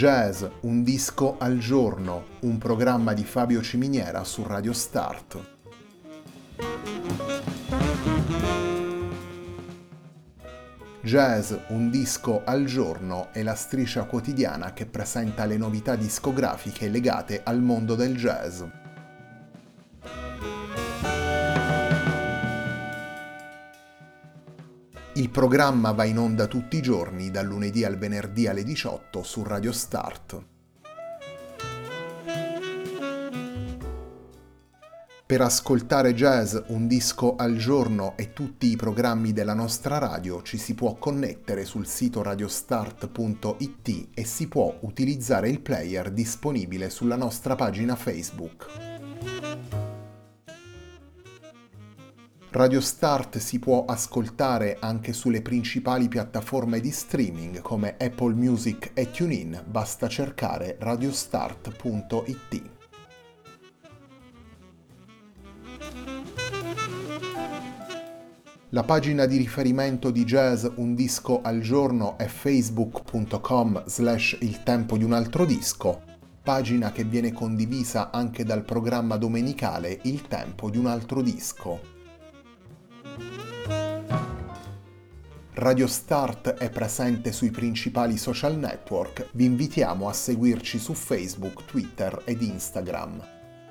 Jazz, un disco al giorno, un programma di Fabio Ciminiera su Radio Start. Jazz, un disco al giorno è la striscia quotidiana che presenta le novità discografiche legate al mondo del jazz. Il programma va in onda tutti i giorni, dal lunedì al venerdì alle 18 su Radio Start. Per ascoltare Jazz, un disco al giorno e tutti i programmi della nostra radio ci si può connettere sul sito radiostart.it e si può utilizzare il player disponibile sulla nostra pagina Facebook. Radio Start si può ascoltare anche sulle principali piattaforme di streaming come Apple Music e TuneIn, basta cercare radiostart.it. La pagina di riferimento di Jazz Un Disco al Giorno è facebook.com/il tempo di un altro disco, pagina che viene condivisa anche dal programma domenicale Il tempo di un altro disco. Radio Start è presente sui principali social network, vi invitiamo a seguirci su Facebook, Twitter ed Instagram.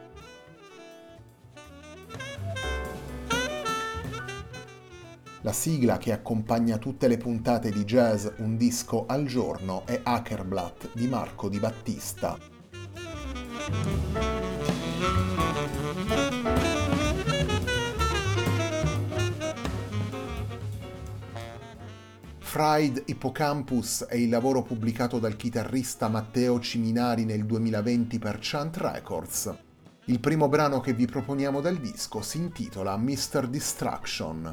La sigla che accompagna tutte le puntate di Jazz Un Disco al Giorno è Hackerblatt di Marco Di Battista. Fried Hippocampus è il lavoro pubblicato dal chitarrista Matteo Ciminari nel 2020 per Chant Records. Il primo brano che vi proponiamo dal disco si intitola Mr. Distraction.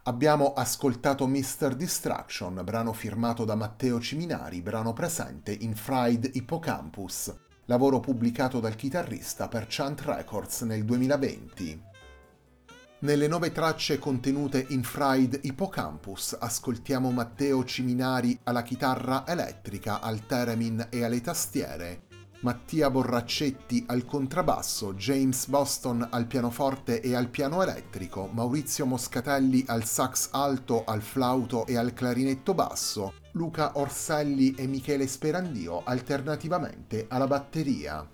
Abbiamo ascoltato Mr. Distraction, brano firmato da Matteo Ciminari, brano presente in Fried Hippocampus, lavoro pubblicato dal chitarrista per Chant Records nel 2020. Nelle 9 tracce contenute in Fried Hippocampus ascoltiamo Matteo Ciminari alla chitarra elettrica, al theremin e alle tastiere, Mattia Borraccetti al contrabbasso, James Boston al pianoforte e al piano elettrico, Maurizio Moscatelli al sax alto, al flauto e al clarinetto basso, Luca Orselli e Michele Sperandio alternativamente alla batteria.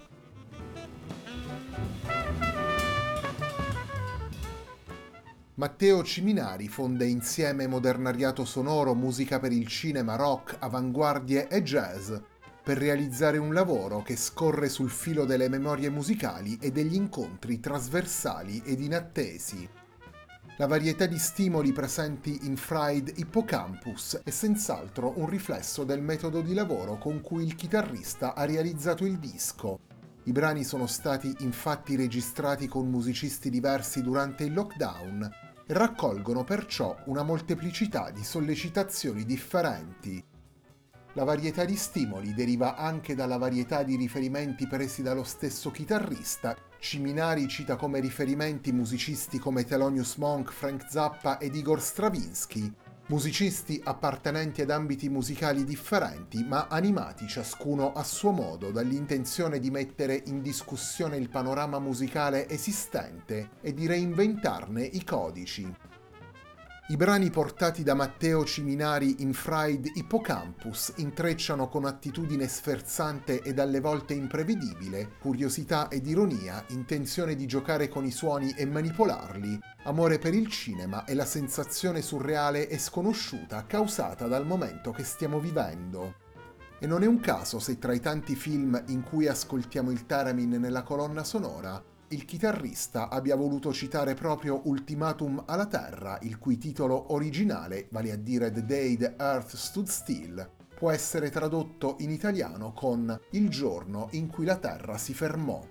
Matteo Ciminari fonde insieme modernariato sonoro, musica per il cinema, rock, avanguardie e jazz per realizzare un lavoro che scorre sul filo delle memorie musicali e degli incontri trasversali ed inattesi. La varietà di stimoli presenti in Fried Hippocampus è senz'altro un riflesso del metodo di lavoro con cui il chitarrista ha realizzato il disco. I brani sono stati infatti registrati con musicisti diversi durante il lockdown e raccolgono perciò una molteplicità di sollecitazioni differenti. La varietà di stimoli deriva anche dalla varietà di riferimenti presi dallo stesso chitarrista. Ciminari cita come riferimenti musicisti come Thelonious Monk, Frank Zappa ed Igor Stravinsky, musicisti appartenenti ad ambiti musicali differenti ma animati ciascuno a suo modo dall'intenzione di mettere in discussione il panorama musicale esistente e di reinventarne i codici. I brani portati da Matteo Ciminari in Fried Hippocampus intrecciano con attitudine sferzante ed alle volte imprevedibile, curiosità ed ironia, intenzione di giocare con i suoni e manipolarli, amore per il cinema e la sensazione surreale e sconosciuta causata dal momento che stiamo vivendo. E non è un caso se tra i tanti film in cui ascoltiamo il theremin nella colonna sonora, il chitarrista abbia voluto citare proprio Ultimatum alla Terra, il cui titolo originale, vale a dire The Day the Earth Stood Still, può essere tradotto in italiano con Il giorno in cui la Terra si fermò.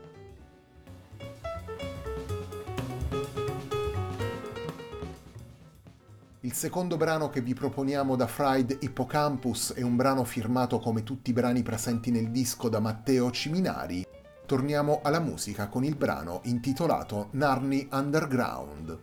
Il secondo brano che vi proponiamo da Fried Hippocampus è un brano firmato come tutti i brani presenti nel disco da Matteo Ciminari. Torniamo alla musica con il brano intitolato Narni Underground.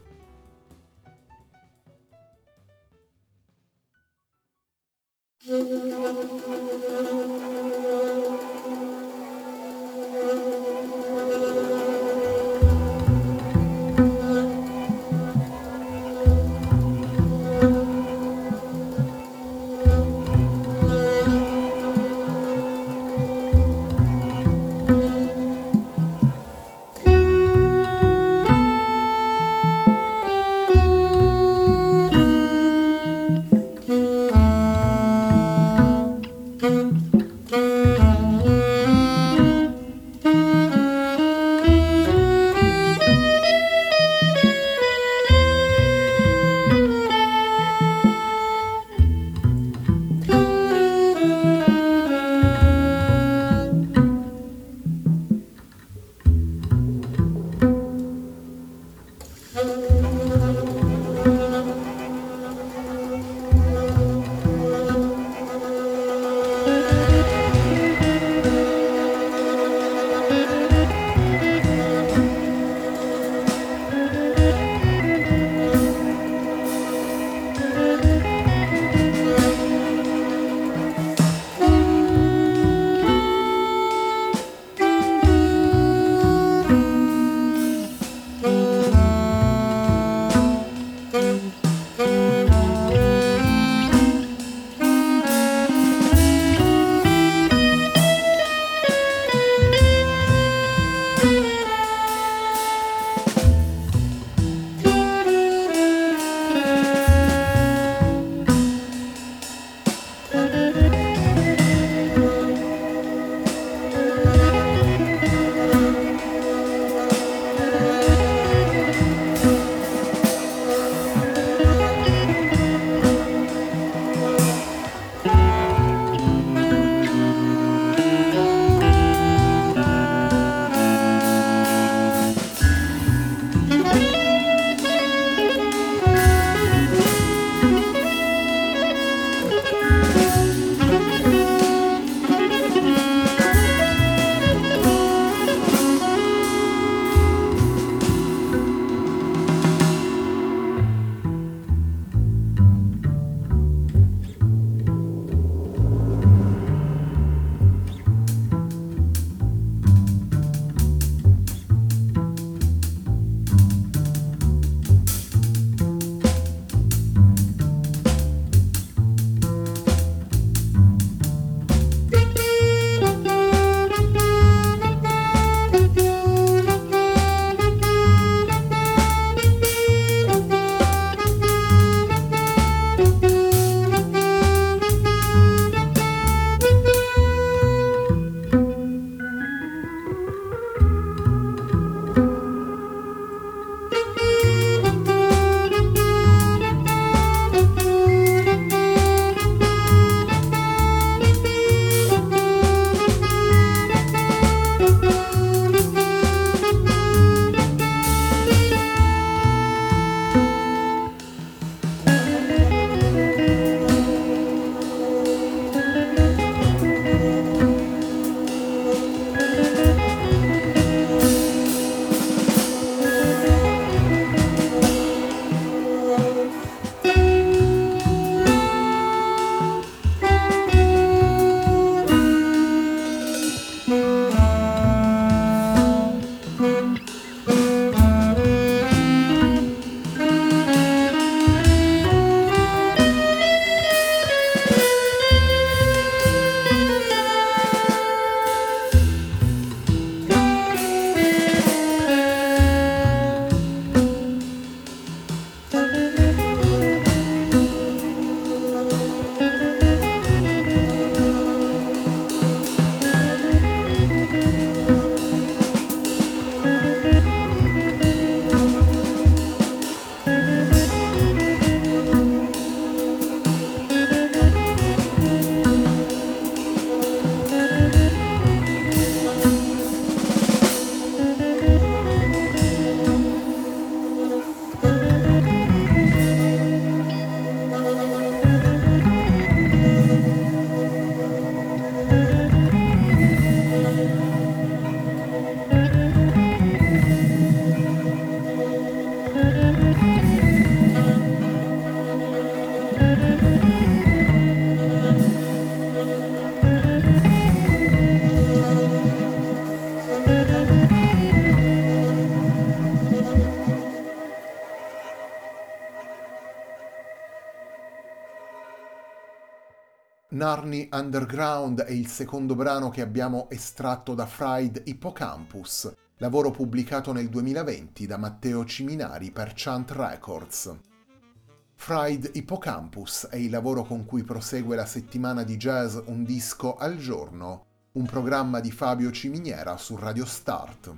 Narni Underground è il secondo brano che abbiamo estratto da Fried Hippocampus, lavoro pubblicato nel 2020 da Matteo Ciminari per Chant Records. Fried Hippocampus è il lavoro con cui prosegue la settimana di jazz Un disco al giorno, un programma di Fabio Ciminiera su Radio Start.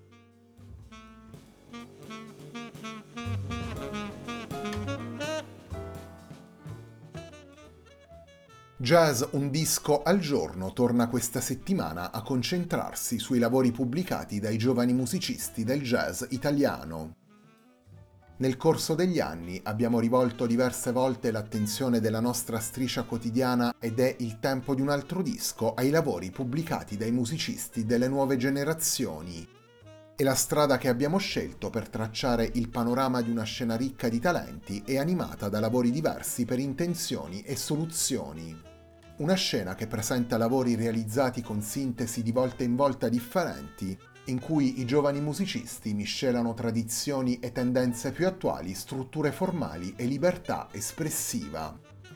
Jazz Un disco al giorno torna questa settimana a concentrarsi sui lavori pubblicati dai giovani musicisti del jazz italiano. Nel corso degli anni abbiamo rivolto diverse volte l'attenzione della nostra striscia quotidiana ed è il tempo di un altro disco ai lavori pubblicati dai musicisti delle nuove generazioni. È la strada che abbiamo scelto per tracciare il panorama di una scena ricca di talenti e animata da lavori diversi per intenzioni e soluzioni. Una scena che presenta lavori realizzati con sintesi di volta in volta differenti, in cui i giovani musicisti miscelano tradizioni e tendenze più attuali, strutture formali e libertà espressiva.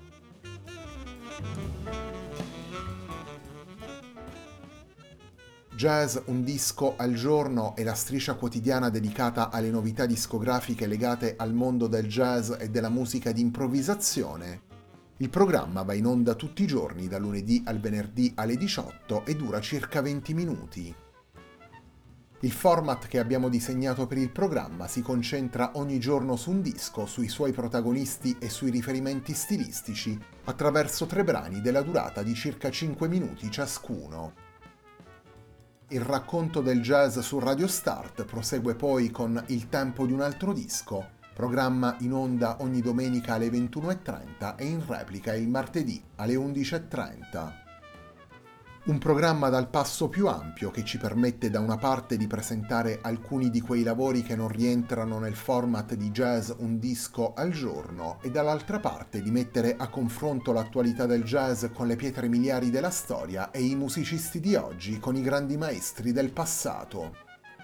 Jazz Un disco al giorno è la striscia quotidiana dedicata alle novità discografiche legate al mondo del jazz e della musica di improvvisazione. Il programma va in onda tutti i giorni, da lunedì al venerdì alle 18 e dura circa 20 minuti. Il format che abbiamo disegnato per il programma si concentra ogni giorno su un disco, sui suoi protagonisti e sui riferimenti stilistici, attraverso 3 brani della durata di circa 5 minuti ciascuno. Il racconto del jazz su Radio Start prosegue poi con Il tempo di un altro disco, programma in onda ogni domenica alle 21:30 e in replica il martedì alle 11:30. Un programma dal passo più ampio che ci permette da una parte di presentare alcuni di quei lavori che non rientrano nel format di jazz Un disco al giorno e dall'altra parte di mettere a confronto l'attualità del jazz con le pietre miliari della storia e i musicisti di oggi con i grandi maestri del passato.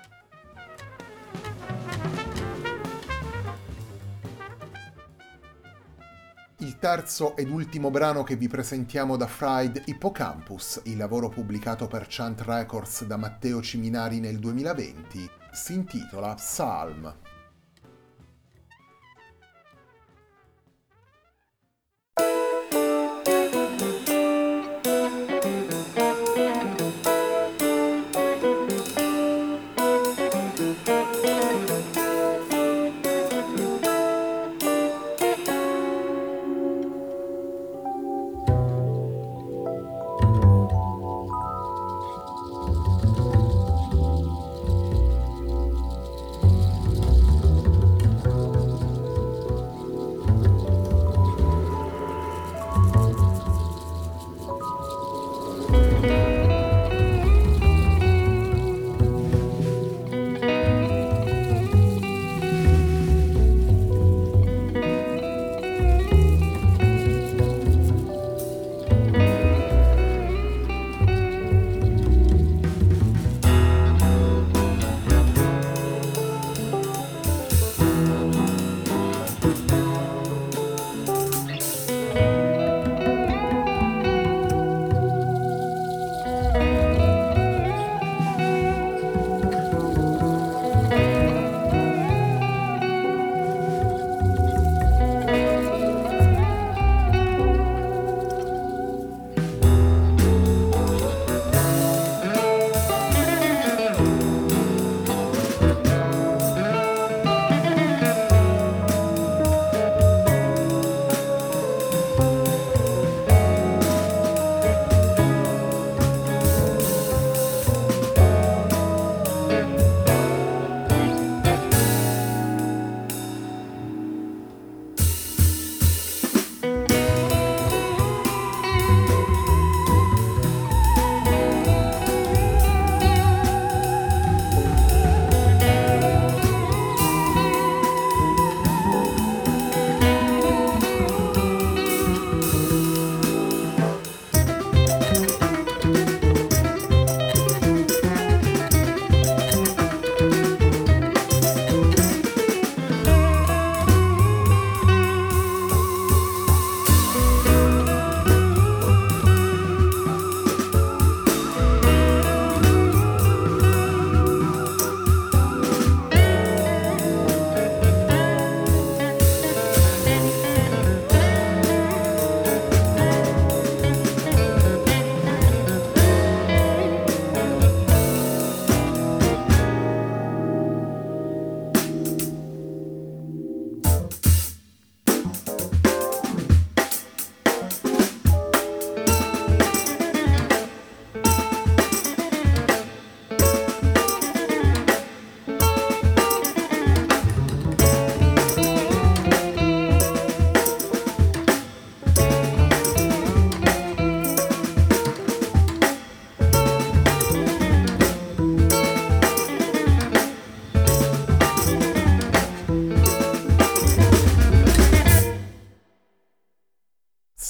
Il terzo ed ultimo brano che vi presentiamo da Fried Hippocampus, il lavoro pubblicato per Chant Records da Matteo Ciminari nel 2020, si intitola Psalm.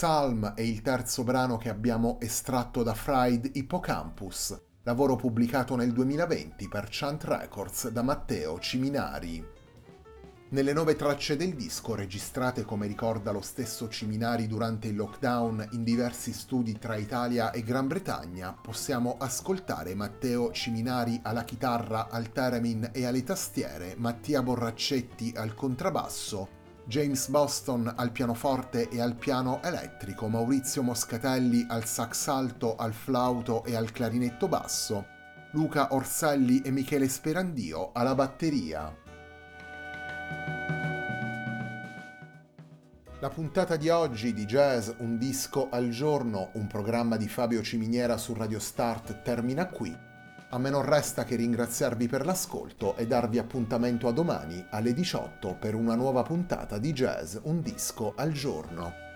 Psalm è il terzo brano che abbiamo estratto da Fried Hippocampus, lavoro pubblicato nel 2020 per Chant Records da Matteo Ciminari. Nelle 9 tracce del disco, registrate come ricorda lo stesso Ciminari durante il lockdown in diversi studi tra Italia e Gran Bretagna, possiamo ascoltare Matteo Ciminari alla chitarra, al theremin e alle tastiere, Mattia Borraccetti al contrabbasso, James Boston al pianoforte e al piano elettrico, Maurizio Moscatelli al sax alto, al flauto e al clarinetto basso, Luca Orselli e Michele Sperandio alla batteria. La puntata di oggi di Jazz Un disco al giorno, un programma di Fabio Ciminiera su Radio Start, termina qui. A me non resta che ringraziarvi per l'ascolto e darvi appuntamento a domani alle 18 per una nuova puntata di Jazz Un disco al giorno.